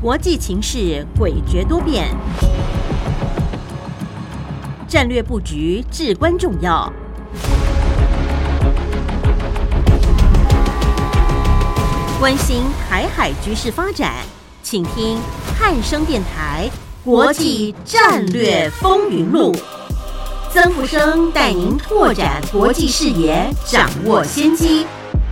国际情势诡谲多变，战略布局至关重要。关心台海局势发展，请听汉声电台国际战略风云录。曾福生带您拓展国际视野，掌握先机。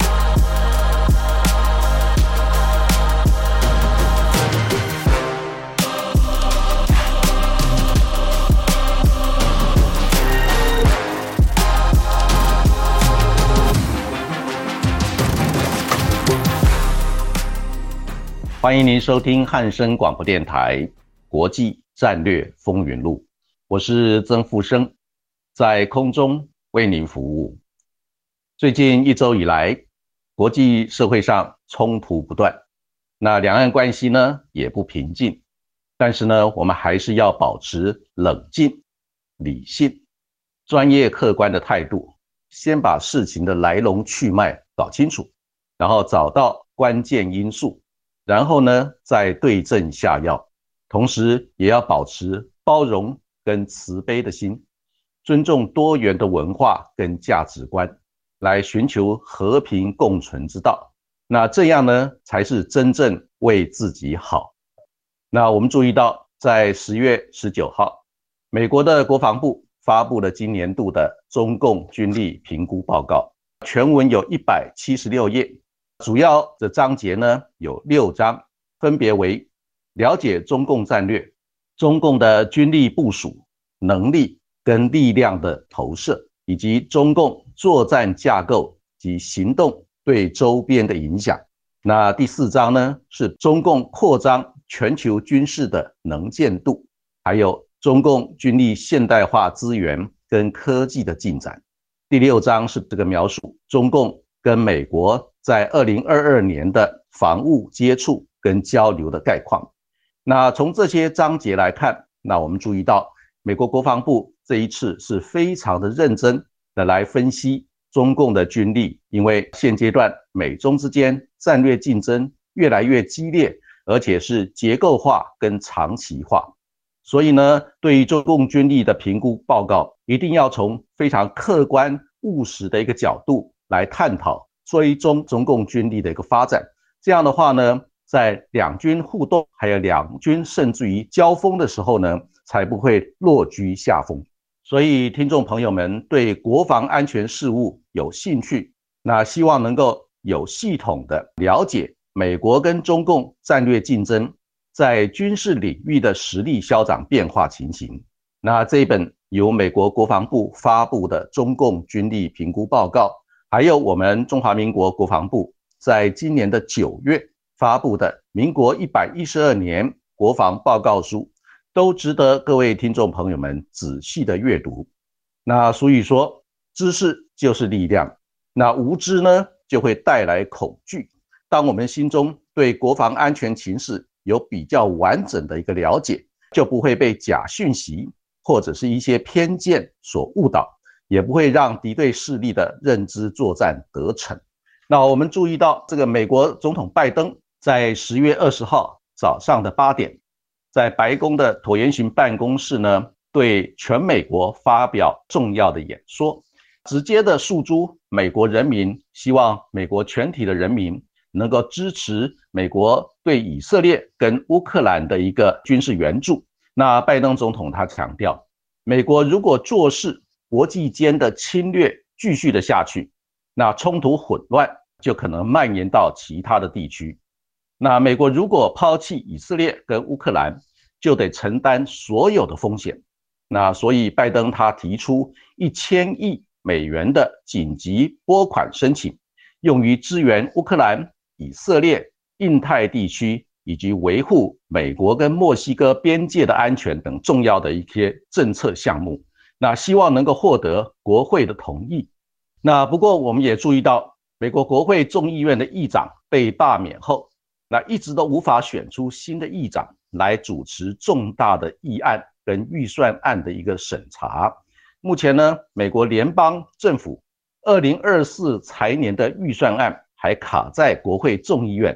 欢迎您收听汉声广播电台国际战略风云录，我是曾福生，在空中为您服务。最近一周以来，国际社会上冲突不断，那两岸关系呢也不平静，但是呢，我们还是要保持冷静、理性、专业客观的态度，先把事情的来龙去脉搞清楚，然后找到关键因素，然后呢，再对症下药，同时也要保持包容跟慈悲的心，尊重多元的文化跟价值观，来寻求和平共存之道。那这样呢，才是真正为自己好。那我们注意到，在10月19号，美国的国防部发布了今年度的中共军力评估报告，全文有176页。主要的章节呢有6章，分别为了解中共战略、中共的军力部署、能力跟力量的投射，以及中共作战架构及行动对周边的影响。那第4章呢是中共扩张全球军事的能见度，还有中共军力现代化资源跟科技的进展。第6章是这个描述中共跟美国在2022年的防务接触跟交流的概况。那从这些章节来看，那我们注意到美国国防部这一次是非常的认真的来分析中共的军力，因为现阶段美中之间战略竞争越来越激烈，而且是结构化跟长期化，所以呢，对于中共军力的评估报告，一定要从非常客观务实的一个角度来探讨追踪中共军力的一个发展。这样的话呢，在两军互动还有两军甚至于交锋的时候呢，才不会落居下风。所以听众朋友们对国防安全事务有兴趣，那希望能够有系统的了解美国跟中共战略竞争在军事领域的实力消长变化情形。那这一本由美国国防部发布的中共军力评估报告，还有我们中华民国国防部在今年的9月发布的民国112年国防报告书，都值得各位听众朋友们仔细的阅读。那所以说，知识就是力量，那无知呢就会带来恐惧。当我们心中对国防安全情势有比较完整的一个了解，就不会被假讯息或者是一些偏见所误导，也不会让敌对势力的认知作战得逞。那我们注意到，这个美国总统拜登在10月20号早上的8点，在白宫的椭圆形办公室呢，对全美国发表重要的演说，直接的诉诸美国人民，希望美国全体的人民能够支持美国对以色列跟乌克兰的一个军事援助。那拜登总统他强调，美国如果坐视国际间的侵略继续的下去，那冲突混乱就可能蔓延到其他的地区。那美国如果抛弃以色列跟乌克兰，就得承担所有的风险。那所以拜登他提出1000亿美元的紧急拨款申请，用于支援乌克兰、以色列、印太地区以及维护美国跟墨西哥边界的安全等重要的一些政策项目。那希望能够获得国会的同意。那不过我们也注意到，美国国会众议院的议长被罢免后，那一直都无法选出新的议长来主持重大的议案跟预算案的一个审查。目前呢，美国联邦政府2024财年的预算案还卡在国会众议院，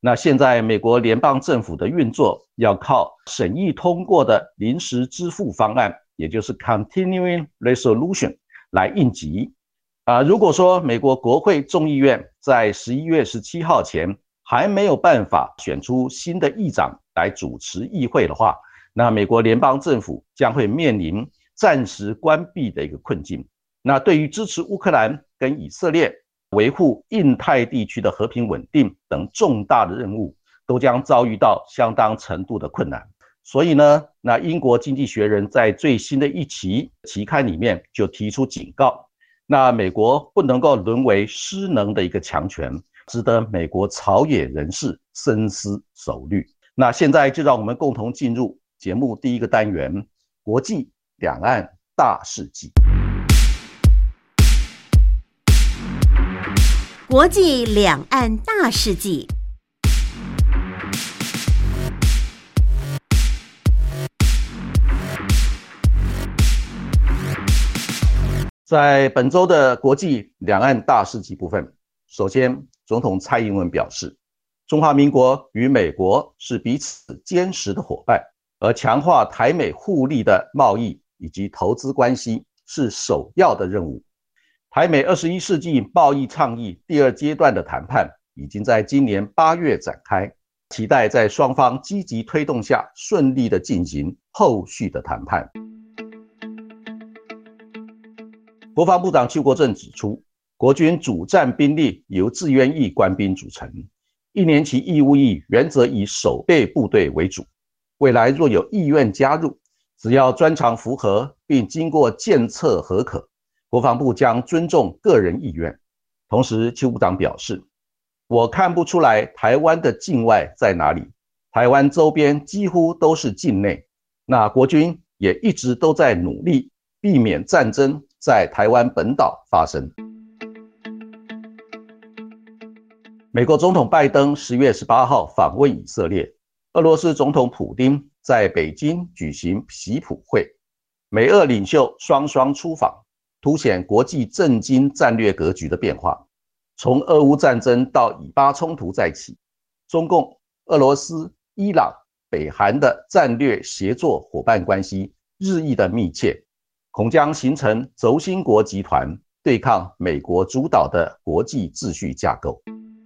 那现在美国联邦政府的运作要靠审议通过的临时支付方案，也就是 Continuing Resolution 来应急。如果说美国国会众议院在11月17号前还没有办法选出新的议长来主持议会的话，那美国联邦政府将会面临暂时关闭的一个困境。那对于支持乌克兰跟以色列维护印太地区的和平稳定等重大的任务，都将遭遇到相当程度的困难。所以呢，那英国经济学人在最新的一期期刊里面就提出警告，那美国不能够沦为失能的一个强权，值得美国朝野人士深思熟虑。那现在就让我们共同进入节目第一个单元，国际两岸大事记。 国际两岸大事记。 在本周的国际两岸大事记部分，首先，总统蔡英文表示，中华民国与美国是彼此坚实的伙伴，而强化台美互利的贸易以及投资关系是首要的任务。台美21世纪贸易倡议第二阶段的谈判已经在今年8月展开，期待在双方积极推动下顺利的进行后续的谈判。国防部长邱国正指出，国军主战兵力由志愿役官兵组成，1年期义务役原则以守备部队为主，未来若有意愿加入，只要专长符合并经过检测核可，国防部将尊重个人意愿。同时，邱部长表示，我看不出来台湾的境外在哪里，台湾周边几乎都是境内，那国军也一直都在努力避免战争在台湾本岛发生。美国总统拜登10月18号访问以色列，俄罗斯总统普丁在北京举行习普会，美俄领袖双双出访，凸显国际政经战略格局的变化。从俄乌战争到以巴冲突再起，中共、俄罗斯、伊朗、北韩的战略协作伙伴关系日益的密切，恐将形成轴心国集团对抗美国主导的国际秩序架构。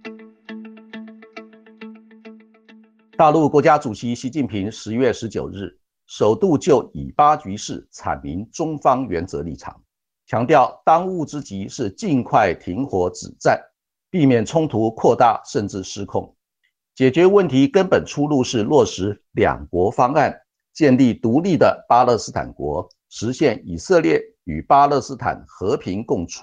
大陆国家主席习近平10月19日首度就以巴局势阐明中方原则立场，强调当务之急是尽快停火止战，避免冲突扩大甚至失控。解决问题根本出路是落实两国方案，建立独立的巴勒斯坦国，实现以色列与巴勒斯坦和平共处。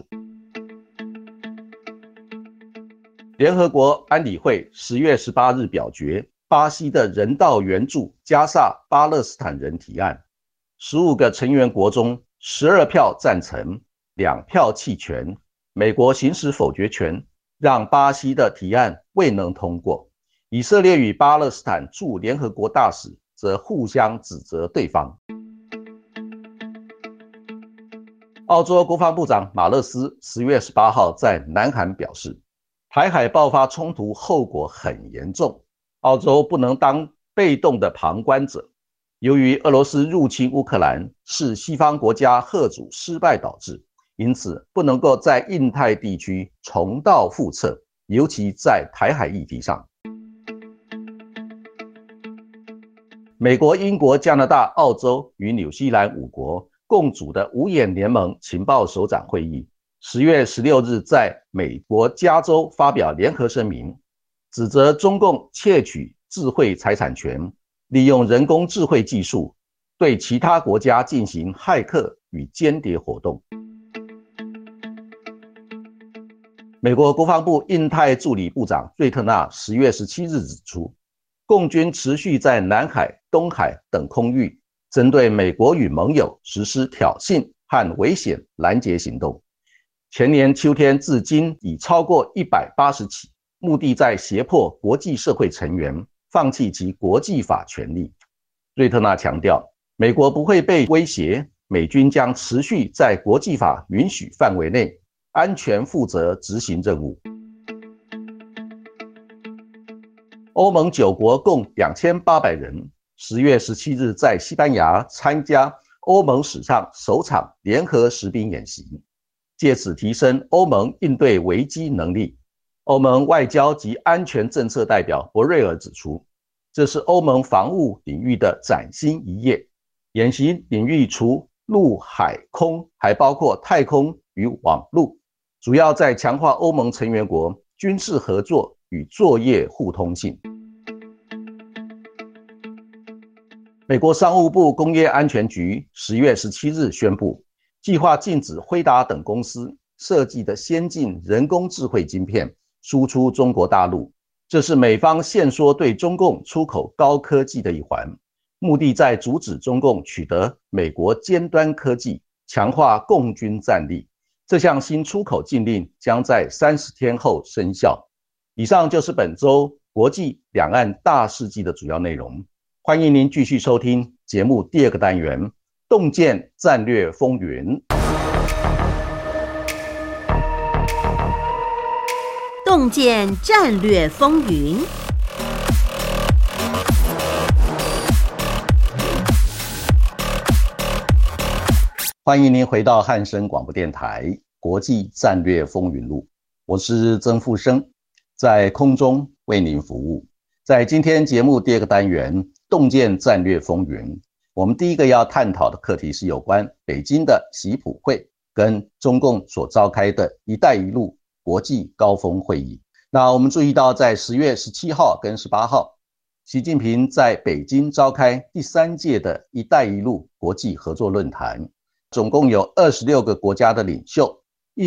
联合国安理会10月18日表决巴西的人道援助加萨巴勒斯坦人提案，15个成员国中12票赞成，2票弃权，美国行使否决权，让巴西的提案未能通过。以色列与巴勒斯坦驻联合国大使则互相指责对方。澳洲国防部长马勒斯10月18号在南韩表示，台海爆发冲突后果很严重，澳洲不能当被动的旁观者。由于俄罗斯入侵乌克兰是西方国家嚇阻失败导致，因此不能够在印太地区重蹈覆辙，尤其在台海议题上。美国、英国、加拿大、澳洲与纽西兰5国共组的五眼联盟情报首长会议10月16日在美国加州发表联合声明，指责中共窃取智慧财产权，利用人工智慧技术对其他国家进行骇客与间谍活动。美国国防部印太助理部长瑞特纳10月17日指出，共军持续在南海、东海等空域针对美国与盟友实施挑衅和危险拦截行动。前年秋天至今已超过180起，目的在胁迫国际社会成员放弃其国际法权利。瑞特纳强调，美国不会被威胁，美军将持续在国际法允许范围内安全负责执行任务。 欧盟9国共2800人10月17日在西班牙参加欧盟史上首场联合实兵演习，借此提升欧盟应对危机能力。欧盟外交及安全政策代表博瑞尔指出，这是欧盟防务领域的崭新一页。演习领域除陆海空，还包括太空与网路，主要在强化欧盟成员国军事合作与作业互通性。美国商务部工业安全局10月17日宣布，计划禁止辉达等公司设计的先进人工智慧晶片输出中国大陆，这是美方限缩对中共出口高科技的一环，目的在阻止中共取得美国尖端科技，强化共军战力。这项新出口禁令将在30天后生效。以上就是本周国际两岸大事记的主要内容。欢迎您继续收听节目第2个单元，洞见战略风云。 洞见战略风云。 欢迎您回到汉声广播电台国际战略风云录，我是曾富生，在空中为您服务。在今天节目第2个单元洞见战略风云，我们第一个要探讨的课题是有关北京的习普会跟中共所召开的一带一路国际高峰会议。那我们注意到在10月17号跟18号，习近平在北京召开第3届的一带一路国际合作论坛，总共有26个国家的领袖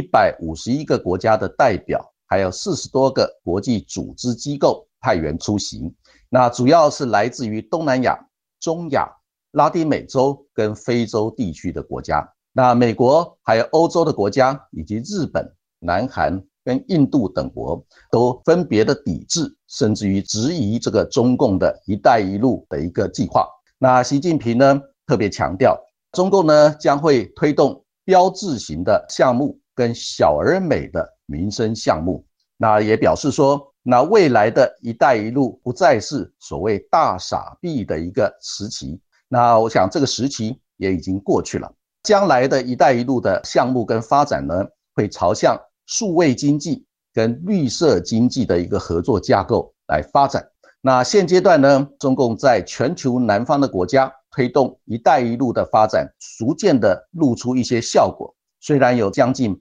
，151个国家的代表，还有40多个国际组织机构派员出席。那主要是来自于东南亚、中亚、拉丁美洲跟非洲地区的国家。那美国还有欧洲的国家，以及日本、南韩跟印度等国都分别的抵制，甚至于质疑这个中共的一带一路的一个计划。那习近平呢特别强调，中共呢将会推动标志型的项目跟小而美的民生项目。那也表示说，那未来的一带一路不再是所谓大傻逼的一个时期，那我想这个时期也已经过去了。将来的一带一路的项目跟发展呢，会朝向数位经济跟绿色经济的一个合作架构来发展。那现阶段呢，中共在全球南方的国家推动一带一路的发展，逐渐的露出一些效果。虽然有将近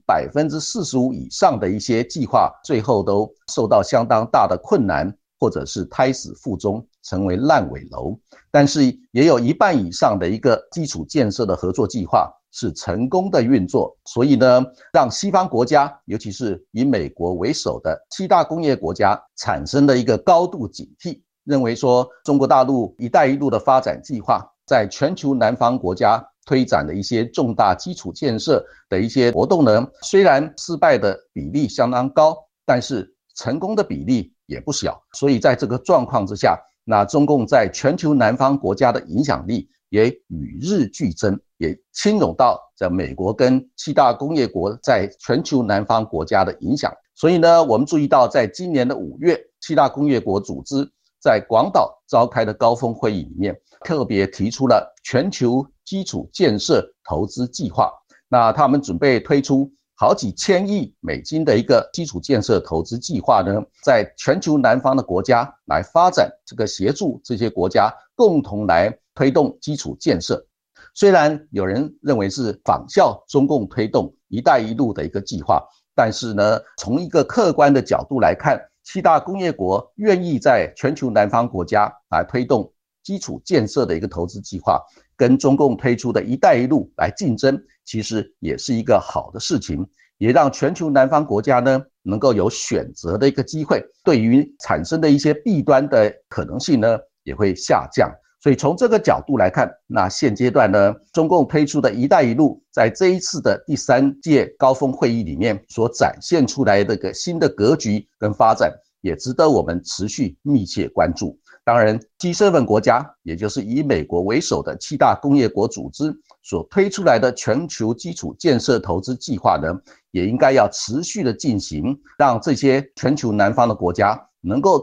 45%以上的一些计划最后都受到相当大的困难，或者是胎死腹中，成为烂尾楼，但是也有1半以上的一个基础建设的合作计划是成功的运作。所以呢，让西方国家，尤其是以美国为首的7大工业国家产生了一个高度警惕，认为说中国大陆一带一路的发展计划在全球南方国家推展的一些重大基础建设的一些活动呢，虽然失败的比例相当高，但是成功的比例也不小。所以在这个状况之下，那中共在全球南方国家的影响力也与日俱增，也侵扰到在美国跟7大工业国在全球南方国家的影响。所以呢，我们注意到在今年的5月，7大工业国组织在广岛召开的高峰会议里面，特别提出了全球基础建设投资计划。那他们准备推出好几千亿美金的一个基础建设投资计划呢，在全球南方的国家来发展，这个协助这些国家共同来推动基础建设。虽然有人认为是仿效中共推动一带一路的一个计划，但是呢，从一个客观的角度来看，7大工业国愿意在全球南方国家来推动基础建设的一个投资计划，跟中共推出的一带一路来竞争，其实也是一个好的事情，也让全球南方国家呢能够有选择的一个机会，对于产生的一些弊端的可能性呢也会下降。所以从这个角度来看，那现阶段呢，中共推出的一带一路在这一次的第3届高峰会议里面所展现出来的一个新的格局跟发展，也值得我们持续密切关注。当然 G7 国家，也就是以美国为首的7大工业国组织所推出来的全球基础建设投资计划呢，也应该要持续的进行，让这些全球南方的国家能够在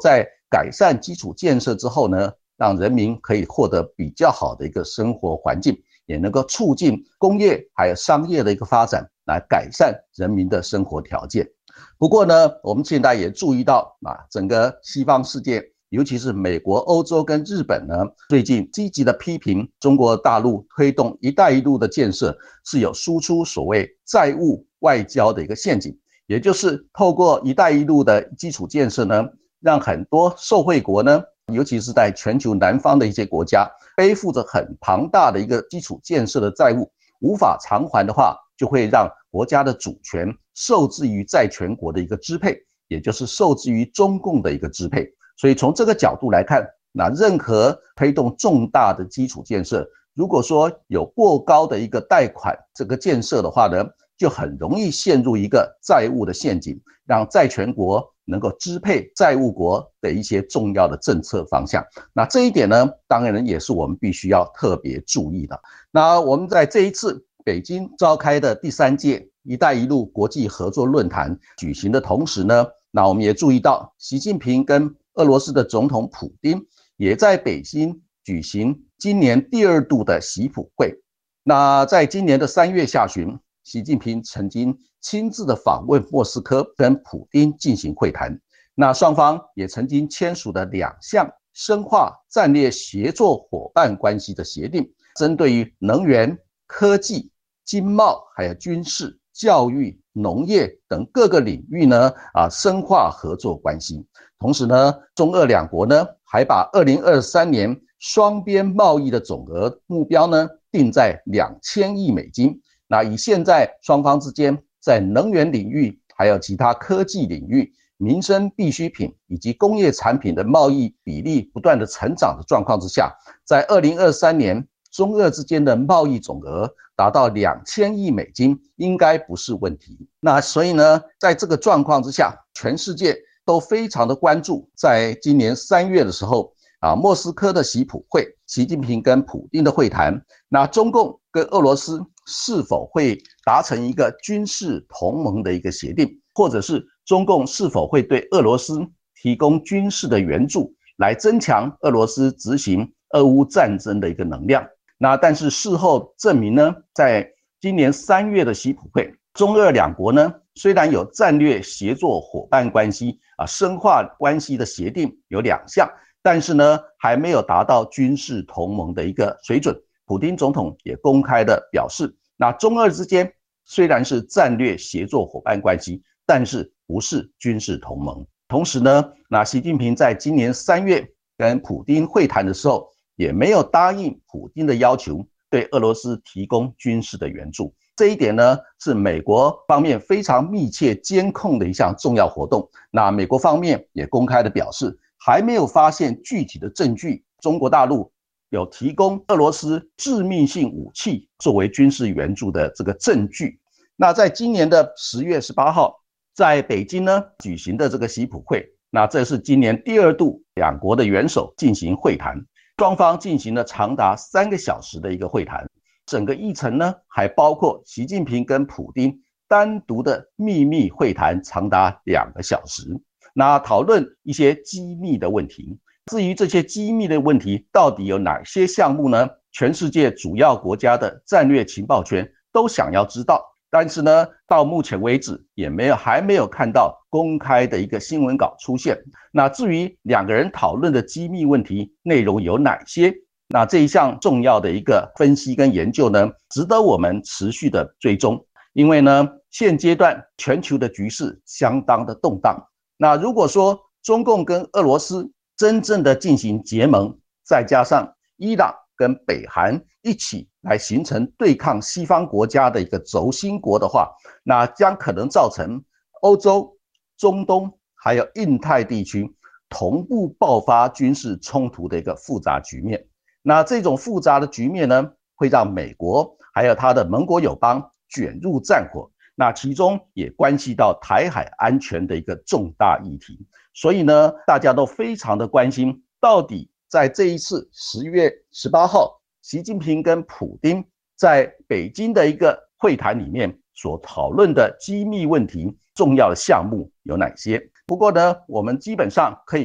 改善基础建设之后呢，让人民可以获得比较好的一个生活环境，也能够促进工业还有商业的一个发展，来改善人民的生活条件。不过呢，我们现在也注意到整个西方世界，尤其是美国、欧洲跟日本呢，最近积极的批评中国大陆推动“一带一路”的建设是有输出所谓债务外交的一个陷阱，也就是透过“一带一路”的基础建设呢，让很多受惠国呢，尤其是在全球南方的一些国家，背负着很庞大的一个基础建设的债务，无法偿还的话，就会让国家的主权受制于债权国的一个支配，也就是受制于中共的一个支配。所以从这个角度来看，那任何推动重大的基础建设，如果说有过高的一个贷款这个建设的话呢，就很容易陷入一个债务的陷阱，让债权国能够支配债务国的一些重要的政策方向。那这一点呢，当然也是我们必须要特别注意的。那我们在这一次北京召开的第3届“一带一路”国际合作论坛举行的同时呢，那我们也注意到习近平跟俄罗斯的总统普丁也在北京举行今年第2度的习普会。那在今年的3月下旬，习近平曾经亲自的访问莫斯科，跟普丁进行会谈。那双方也曾经签署了2项深化战略协作伙伴关系的协定，针对于能源、科技、经贸、还有军事、教育、农业等各个领域呢，深化合作关系。同时呢，中俄两国呢，还把2023年双边贸易的总额目标呢，定在2000亿美金。那以现在双方之间在能源领域，还有其他科技领域、民生必需品以及工业产品的贸易比例不断的成长的状况之下，在2023年中俄之间的贸易总额达到2000亿美金，应该不是问题。那所以呢，在这个状况之下，全世界都非常的关注，在今年3月的时候莫斯科的习普会，习近平跟普丁的会谈，那中共跟俄罗斯是否会达成一个军事同盟的一个协定，或者是中共是否会对俄罗斯提供军事的援助，来增强俄罗斯执行俄乌战争的一个能量。那但是事后证明呢，在今年3月的习普会，中俄两国呢，虽然有战略协作伙伴关系深化关系的协定有2项，但是呢，还没有达到军事同盟的一个水准。普丁总统也公开的表示，那中俄之间虽然是战略协作伙伴关系，但是不是军事同盟。同时呢，那习近平在今年3月跟普丁会谈的时候，也没有答应普丁的要求，对俄罗斯提供军事的援助。这一点呢，是美国方面非常密切监控的一项重要活动。那美国方面也公开的表示，还没有发现具体的证据，中国大陆有提供俄罗斯致命性武器作为军事援助的这个证据。那在今年的10月18号，在北京呢举行的这个习普会，那这是今年第2度两国的元首进行会谈，双方进行了长达3个小时的一个会谈。整个议程呢，还包括习近平跟普丁单独的秘密会谈长达2个小时，那讨论一些机密的问题。至于这些机密的问题到底有哪些项目呢？全世界主要国家的战略情报圈都想要知道，但是呢，到目前为止还没有看到公开的一个新闻稿出现。那至于2个人讨论的机密问题内容有哪些？那这一项重要的一个分析跟研究呢，值得我们持续的追踪。因为呢，现阶段全球的局势相当的动荡。那如果说中共跟俄罗斯真正的进行结盟，再加上伊朗跟北韩一起来形成对抗西方国家的一个轴心国的话，那将可能造成欧洲、中东还有印太地区同步爆发军事冲突的一个复杂局面。那这种复杂的局面呢，会让美国还有他的盟国友邦卷入战火，那其中也关系到台海安全的一个重大议题。所以呢，大家都非常的关心，到底在这一次10月18号，习近平跟普丁在北京的一个会谈里面所讨论的机密问题、重要的项目有哪些？不过呢，我们基本上可以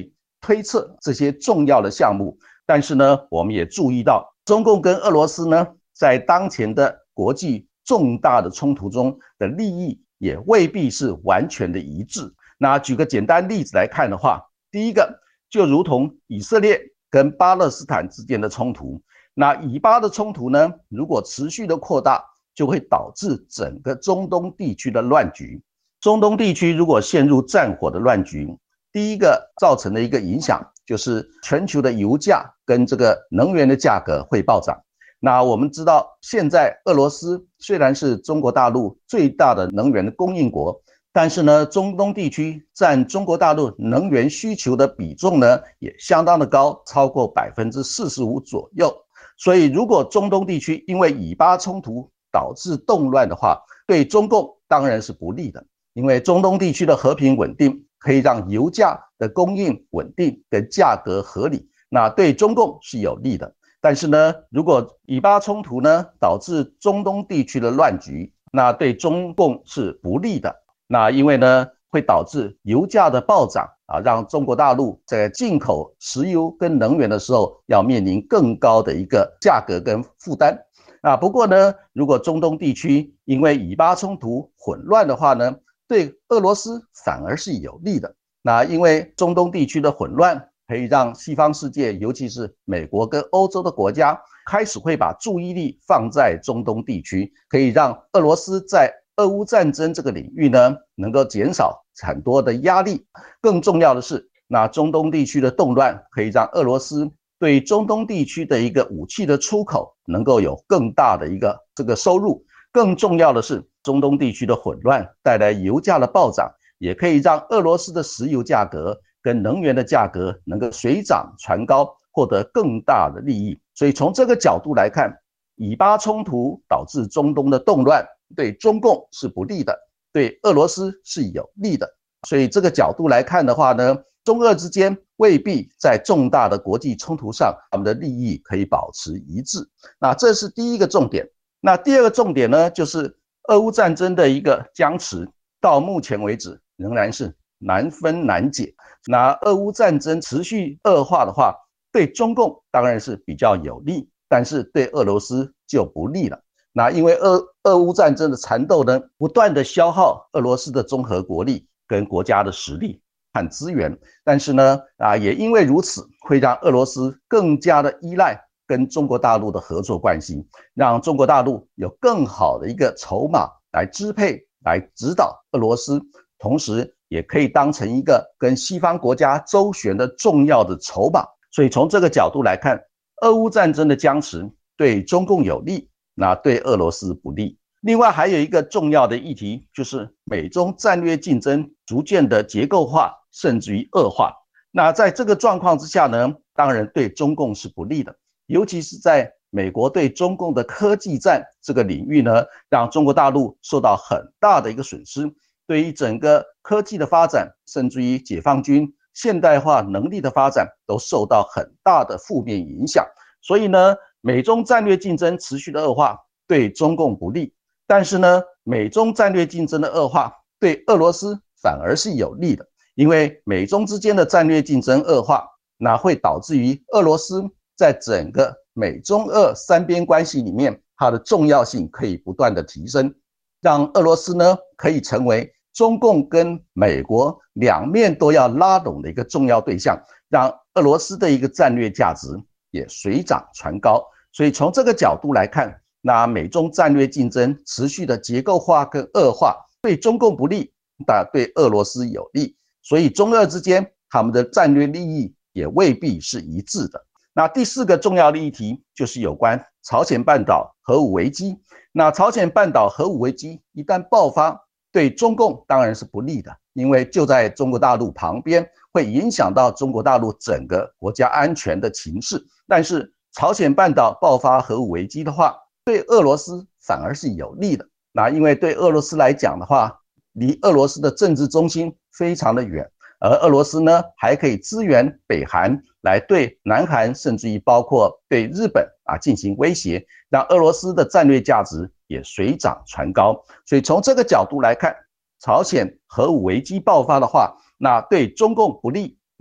推测这些重要的项目。但是呢，我们也注意到，中共跟俄罗斯呢，在当前的国际重大的冲突中的利益也未必是完全的一致。那举个简单例子来看的话，第一个就如同以色列跟巴勒斯坦之间的冲突，那以巴的冲突呢，如果持续的扩大，就会导致整个中东地区的乱局。中东地区如果陷入战火的乱局，第一个造成的一个影响就是全球的油价跟这个能源的价格会暴涨。那我们知道，现在俄罗斯虽然是中国大陆最大的能源的供应国，但是呢，中东地区占中国大陆能源需求的比重呢，也相当的高，超过45%左右。所以如果中东地区因为以巴冲突导致动乱的话，对中共当然是不利的，因为中东地区的和平稳定可以让油价的供应稳定跟价格合理，那对中共是有利的。但是呢，如果以巴冲突呢导致中东地区的乱局，那对中共是不利的。那因为呢会导致油价的暴涨啊，让中国大陆在进口石油跟能源的时候要面临更高的一个价格跟负担。不过呢，如果中东地区因为以巴冲突混乱的话呢，对俄罗斯反而是有利的。那因为中东地区的混乱可以让西方世界，尤其是美国跟欧洲的国家，开始会把注意力放在中东地区，可以让俄罗斯在俄乌战争这个领域呢，能够减少很多的压力。更重要的是，那中东地区的动乱可以让俄罗斯对中东地区的一个武器的出口能够有更大的一个这个收入。更重要的是，中东地区的混乱带来油价的暴涨，也可以让俄罗斯的石油价格跟能源的价格能够水涨船高，获得更大的利益。所以从这个角度来看，以巴冲突导致中东的动乱，对中共是不利的，对俄罗斯是有利的。所以这个角度来看的话呢，中俄之间未必在重大的国际冲突上，他们的利益可以保持一致。那这是第一个重点。那第二个重点呢，就是俄乌战争的一个僵持，到目前为止仍然是难分难解。那俄乌战争持续恶化的话，对中共当然是比较有利，但是对俄罗斯就不利了。那因为俄乌战争的缠斗呢，不断的消耗俄罗斯的综合国力跟国家的实力和资源，但是呢，也因为如此，会让俄罗斯更加的依赖跟中国大陆的合作关系，让中国大陆有更好的一个筹码来支配、来指导俄罗斯，同时也可以当成一个跟西方国家周旋的重要的筹码。所以从这个角度来看，俄乌战争的僵持对中共有利，那对俄罗斯不利。另外还有一个重要的议题，就是美中战略竞争逐渐的结构化，甚至于恶化。那在这个状况之下呢，当然对中共是不利的，尤其是在美国对中共的科技战这个领域呢，让中国大陆受到很大的一个损失，对于整个科技的发展，甚至于解放军现代化能力的发展，都受到很大的负面影响。所以呢，美中战略竞争持续的恶化，对中共不利。但是呢，美中战略竞争的恶化对俄罗斯反而是有利的，因为美中之间的战略竞争恶化，那会导致于俄罗斯在整个美中俄三边关系里面，它的重要性可以不断的提升，让俄罗斯呢可以成为中共跟美国两面都要拉拢的一个重要对象，让俄罗斯的一个战略价值也水涨船高。所以从这个角度来看，那美中战略竞争持续的结构化跟恶化，对中共不利，但对俄罗斯有利。所以中俄之间他们的战略利益也未必是一致的。那第四个重要的议题就是有关朝鲜半岛核武危机。那朝鲜半岛核武危机一旦爆发，对中共当然是不利的，因为就在中国大陆旁边，会影响到中国大陆整个国家安全的情势。但是朝鲜半岛爆发核武危机的话，对俄罗斯反而是有利的。那因为对俄罗斯来讲的话，离俄罗斯的政治中心非常的远，而俄罗斯呢还可以支援北韩，来对南韩甚至于包括对日本进行威胁，让俄罗斯的战略价值也水涨船高。所以从这个角度来看，朝鲜核武危机爆发的话，那对中共不利，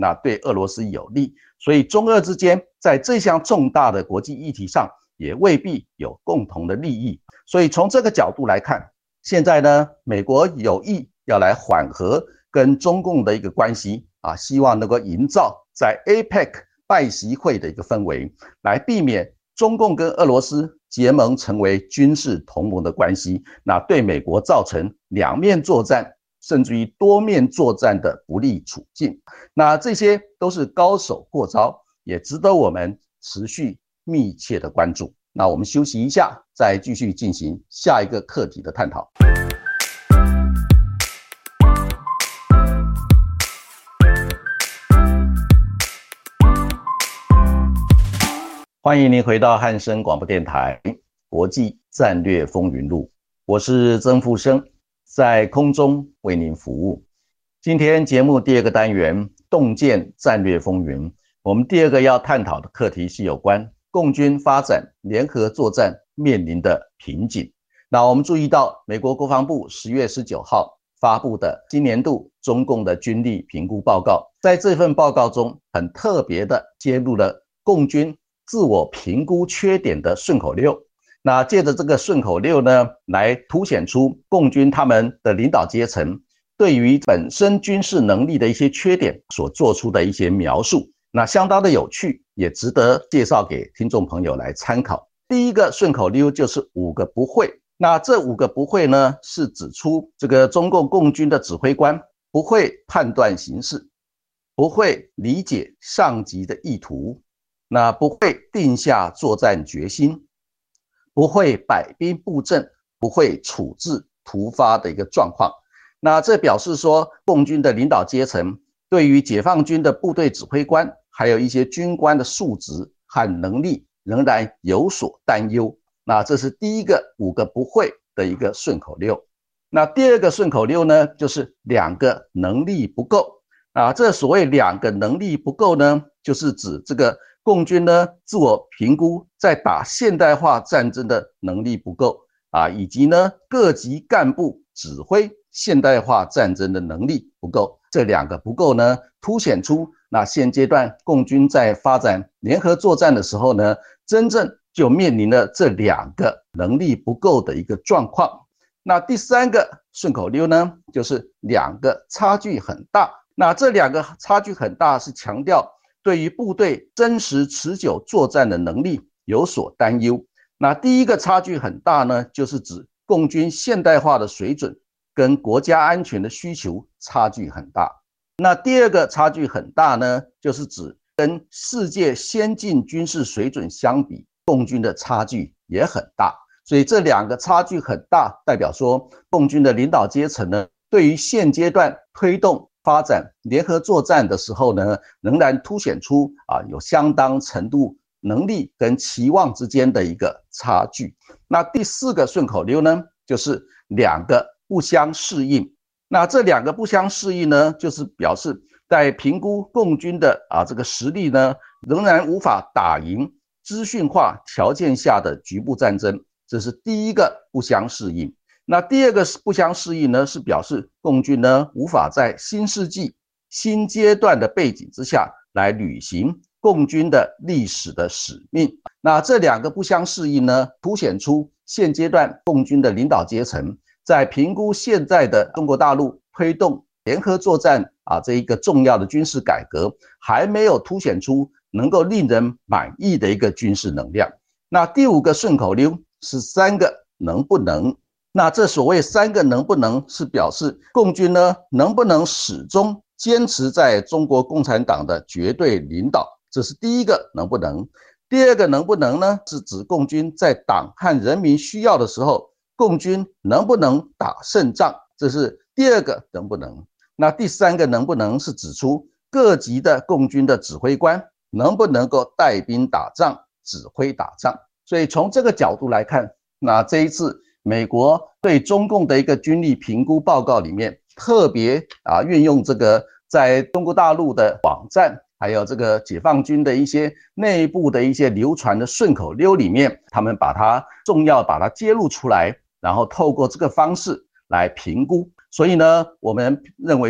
那对俄罗斯有利，所以中俄之间在这项重大的国际议题上也未必有共同的利益。所以从这个角度来看，现在呢，美国有意要来缓和跟中共的一个关系希望能够营造在 APEC 拜习会的一个氛围，来避免中共跟俄罗斯结盟成为军事同盟的关系，那对美国造成两面作战甚至于多面作战的不利处境。那这些都是高手过招，也值得我们持续密切的关注。那我们休息一下，再继续进行下一个课题的探讨。欢迎您回到汉声广播电台国际战略风云录，我是曾富生，在空中为您服务。今天节目第二个单元洞见战略风云，我们第二个要探讨的课题是有关共军发展联合作战面临的瓶颈。那我们注意到美国国防部10月19号发布的今年度中共的军力评估报告，在这份报告中很特别的揭露了共军自我评估缺点的顺口溜。那借着这个顺口溜呢，来凸显出共军他们的领导阶层对于本身军事能力的一些缺点所做出的一些描述，那相当的有趣，也值得介绍给听众朋友来参考。第一个顺口溜就是5个不会。那这5个不会呢，是指出这个中共共军的指挥官不会判断形势，不会理解上级的意图，那不会定下作战决心，不会摆兵布阵，不会处置突发的一个状况。那这表示说，共军的领导阶层对于解放军的部队指挥官还有一些军官的素质和能力仍然有所担忧。那这是第一个5个不会的一个顺口溜。那第二个顺口溜呢，就是2个能力不够。这所谓2个能力不够呢，就是指这个共军呢自我评估在打现代化战争的能力不够以及呢各级干部指挥现代化战争的能力不够。这2个不够呢，凸显出那现阶段共军在发展联合作战的时候呢，真正就面临了这2个能力不够的一个状况。那第3个顺口溜呢，就是2个差距很大。那这2个差距很大是强调对于部队真实持久作战的能力有所担忧。那第一个差距很大呢，就是指共军现代化的水准跟国家安全的需求差距很大。那第二个差距很大呢，就是指跟世界先进军事水准相比，共军的差距也很大。所以这2个差距很大，代表说共军的领导阶层呢，对于现阶段推动发展联合作战的时候呢，仍然凸显出有相当程度能力跟期望之间的一个差距。那第4个顺口溜呢，就是2个不相适应。那这2个不相适应呢，就是表示在评估共军的这个实力呢，仍然无法打赢资讯化条件下的局部战争，这是第一个不相适应。那第2个不相适应呢，是表示共军呢无法在新世纪新阶段的背景之下来履行共军的历史的使命。那这2个不相适应呢，凸显出现阶段共军的领导阶层在评估现在的中国大陆推动联合作战这一个重要的军事改革，还没有凸显出能够令人满意的一个军事能量。那第5个顺口溜是3个能不能。那这所谓3个能不能，是表示共军呢能不能始终坚持在中国共产党的绝对领导，这是第一个能不能。第2个能不能呢，是指共军在党和人民需要的时候，共军能不能打胜仗，这是第2个能不能。那第3个能不能，是指出各级的共军的指挥官能不能够带兵打仗，指挥打仗。所以从这个角度来看，那这一次美国对中共的一个军力评估报告里面，特别运用这个在中国大陆的网站，还有这个解放军的一些内部的一些流传的顺口溜里面，他们把它重要把它揭露出来，然后透过这个方式来评估。所以呢，我们认为说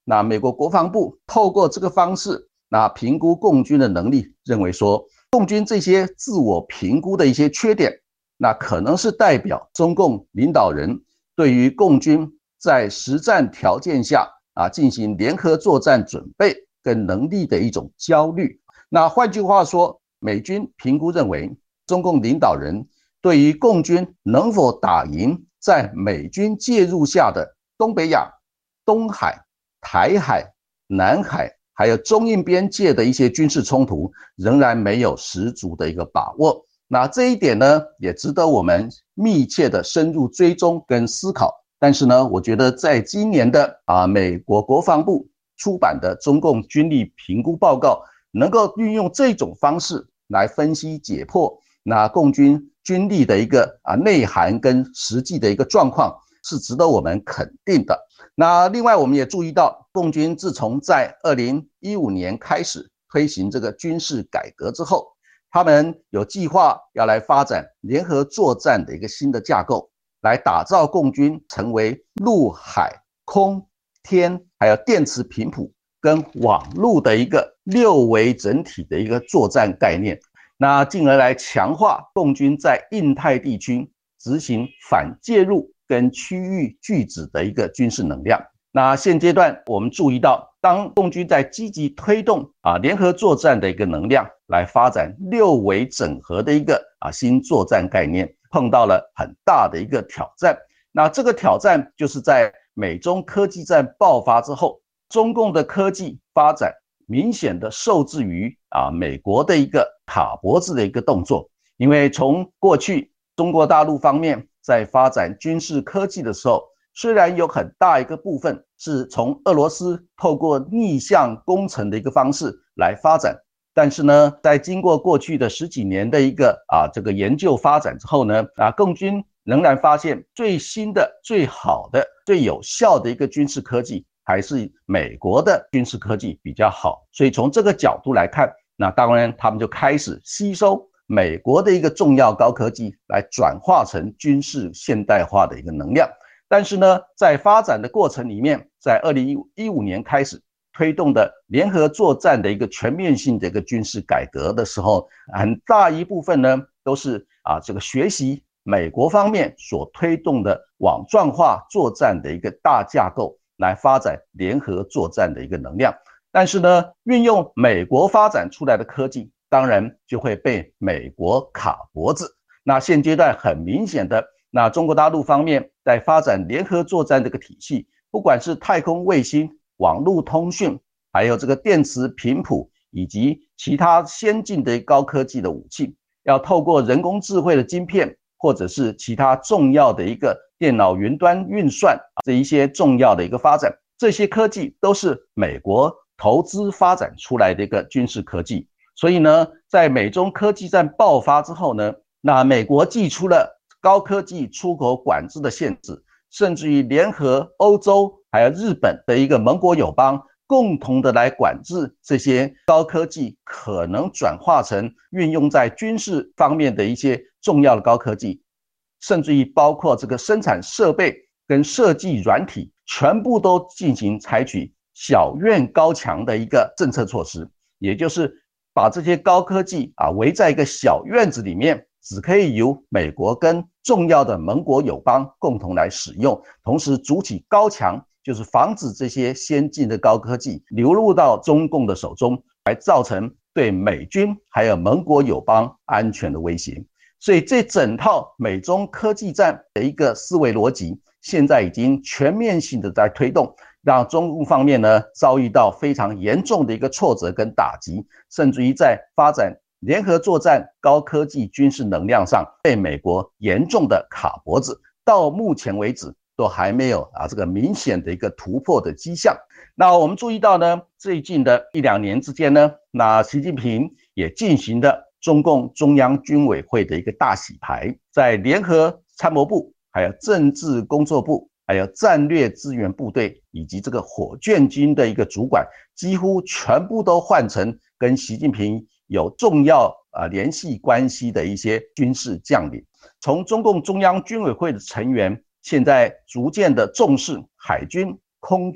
那美国国防部透过这个方式，那评估共军的能力，认为说共军这些自我评估的一些缺点，那可能是代表中共领导人对于共军在实战条件下进行联合作战准备跟能力的一种焦虑。那换句话说，美军评估认为，中共领导人对于共军能否打赢在美军介入下的东北亚、东海、台海、南海还有中印边界的一些军事冲突，仍然没有十足的一个把握。那这一点呢，也值得我们密切的深入追踪跟思考。但是呢，我觉得在今年的美国国防部出版的中共军力评估报告，能够运用这种方式来分析解剖那共军军力的一个内涵跟实际的一个状况，是值得我们肯定的。那另外我们也注意到，共军自从在2015年开始推行这个军事改革之后，他们有计划要来发展联合作战的一个新的架构，来打造共军成为陆海空天还有电磁频谱跟网络的一个6维整体的一个作战概念，那进而来强化共军在印太地区执行反介入跟区域拒止的一个军事能量。那现阶段我们注意到，当共军在积极推动联合作战的一个能量，来发展6维整合的一个新作战概念，碰到了很大的一个挑战。那这个挑战就是在美中科技战爆发之后，中共的科技发展明显的受制于美国的一个卡脖子的一个动作。因为从过去中国大陆方面在发展军事科技的时候，虽然有很大一个部分是从俄罗斯透过逆向工程的一个方式来发展，但是呢，在经过过去的10几年的一个这个研究发展之后呢，共军仍然发现最新的、最好的、最有效的一个军事科技还是美国的军事科技比较好。所以从这个角度来看，那当然他们就开始吸收美国的一个重要高科技，来转化成军事现代化的一个能量。但是呢，在发展的过程里面，在2015年开始推动的联合作战的一个全面性的一个军事改革的时候，很大一部分呢都是这个学习美国方面所推动的网状化作战的一个大架构，来发展联合作战的一个能量。但是呢，运用美国发展出来的科技，当然就会被美国卡脖子。那现阶段很明显的，那中国大陆方面在发展联合作战这个体系，不管是太空卫星、网络通讯，还有这个电磁频谱，以及其他先进的高科技的武器，要透过人工智慧的晶片，或者是其他重要的一个电脑云端运算这一些重要的一个发展，这些科技都是美国投资发展出来的一个军事科技。所以呢，在美中科技战爆发之后呢，那美国祭出了高科技出口管制的限制，甚至于联合欧洲还有日本的一个盟国友邦，共同的来管制这些高科技可能转化成运用在军事方面的一些重要的高科技，甚至于包括这个生产设备跟设计软体，全部都进行采取小院高墙的一个政策措施，也就是把这些高科技围在一个小院子里面，只可以由美国跟重要的盟国友邦共同来使用，同时筑起高墙，就是防止这些先进的高科技流入到中共的手中，来造成对美军还有盟国友邦安全的威胁。所以这整套美中科技战的一个思维逻辑，现在已经全面性的在推动，让中共方面呢遭遇到非常严重的一个挫折跟打击，甚至于在发展联合作战高科技军事能量上被美国严重的卡脖子，到目前为止都还没有这个明显的一个突破的迹象。那我们注意到呢，最近的1-2年之间呢，那习近平也进行了中共中央军委会的一个大洗牌，在联合参谋部还有政治工作部还有战略支援部队以及这个火箭军的一个主管，几乎全部都换成跟习近平有重要联系关系的一些军事将领。从中共中央军委会的成员现在逐渐的重视海军、空军、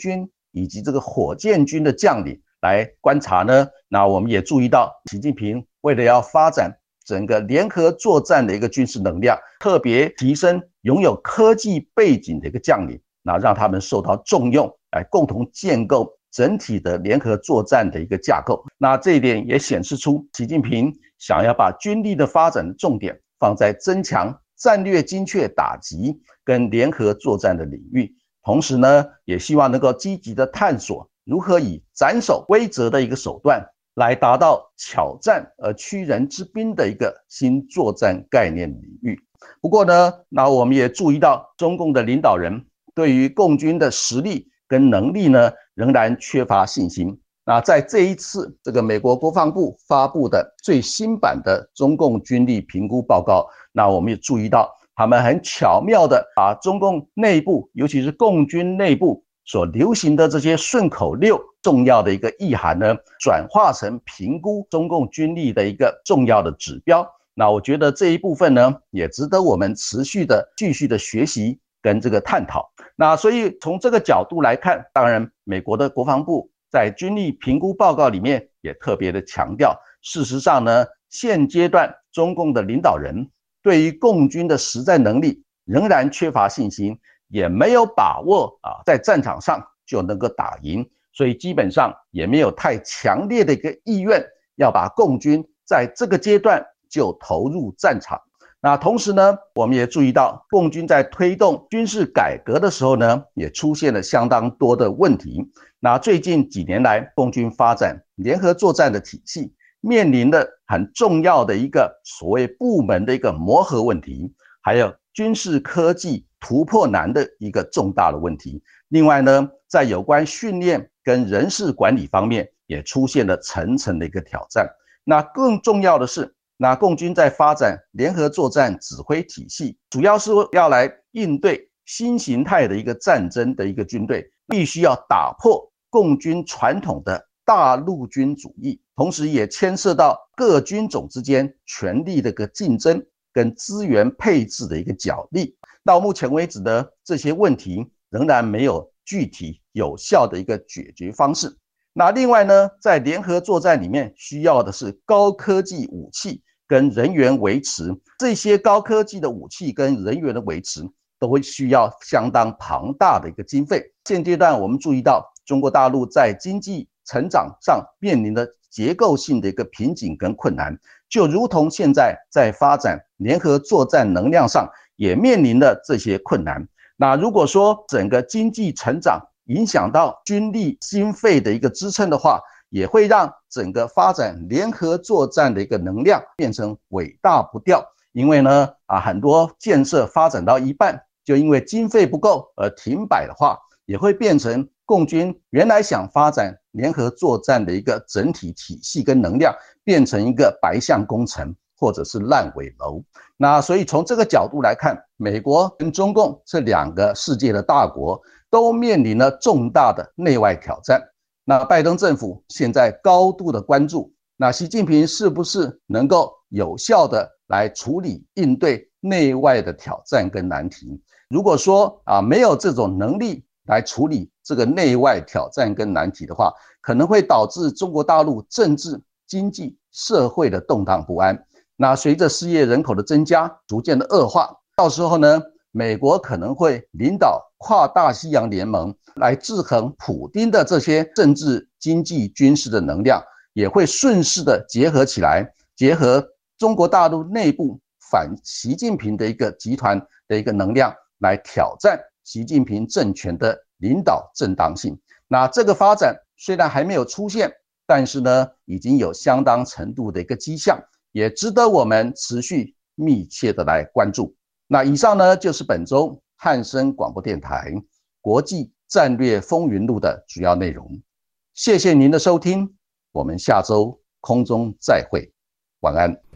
以及这个火箭军的将领来观察呢，那我们也注意到习近平为了要发展整个联合作战的一个军事能量，特别提升拥有科技背景的一个将领，那让他们受到重用，来共同建构整体的联合作战的一个架构。那这一点也显示出习近平想要把军力的发展的重点放在增强战略精确打击跟联合作战的领域，同时呢，也希望能够积极的探索如何以斩首规则的一个手段来达到巧战而屈人之兵的一个新作战概念领域。不过呢，那我们也注意到中共的领导人对于共军的实力跟能力呢，仍然缺乏信心。那在这一次这个美国国防部发布的最新版的中共军力评估报告，那我们也注意到他们很巧妙的把中共内部，尤其是共军内部所流行的这些顺口溜重要的一个意涵呢，转化成评估中共军力的一个重要的指标。那我觉得这一部分呢，也值得我们继续的学习跟这个探讨。那所以从这个角度来看，当然美国的国防部在军力评估报告里面也特别的强调，事实上呢，现阶段中共的领导人对于共军的实战能力仍然缺乏信心，也没有把握在战场上就能够打赢，所以基本上也没有太强烈的一个意愿要把共军在这个阶段就投入战场。那同时呢，我们也注意到共军在推动军事改革的时候呢，也出现了相当多的问题。那最近几年来，共军发展联合作战的体系，面临的很重要的一个所谓部门的一个磨合问题，还有军事科技突破难的一个重大的问题。另外呢，在有关训练跟人事管理方面，也出现了层层的一个挑战。那更重要的是，那共军在发展联合作战指挥体系，主要是要来应对新形态的一个战争的一个军队，必须要打破共军传统的大陆军主义，同时也牵涉到各军种之间权力的一个竞争跟资源配置的一个角力。到目前为止呢，这些问题仍然没有具体有效的一个解决方式。那另外呢，在联合作战里面需要的是高科技武器跟人员维持，这些高科技的武器跟人员的维持都会需要相当庞大的一个经费。现阶段我们注意到中国大陆在经济成长上面临的结构性的一个瓶颈跟困难，就如同现在在发展联合作战能量上也面临了这些困难。那如果说整个经济成长影响到军力经费的一个支撑的话，也会让整个发展联合作战的一个能量变成尾大不掉。因为呢，很多建设发展到一半，就因为经费不够而停摆的话，也会变成共军原来想发展联合作战的一个整体体系跟能量，变成一个白象工程或者是烂尾楼。那所以从这个角度来看，美国跟中共这两个世界的大国都面临了重大的内外挑战。那拜登政府现在高度的关注，那习近平是不是能够有效的来处理应对内外的挑战跟难题。如果说没有这种能力来处理这个内外挑战跟难题的话，可能会导致中国大陆政治、经济、社会的动荡不安。那随着失业人口的增加，逐渐的恶化，到时候呢，美国可能会领导跨大西洋联盟来制衡普丁的这些政治、经济、军事的能量，也会顺势的结合起来，结合中国大陆内部反习近平的一个集团的一个能量，来挑战习近平政权的领导正当性。那这个发展虽然还没有出现，但是呢，已经有相当程度的一个迹象，也值得我们持续密切的来关注。那以上呢，就是本周汉声广播电台国际战略风云录的主要内容。谢谢您的收听，我们下周空中再会，晚安。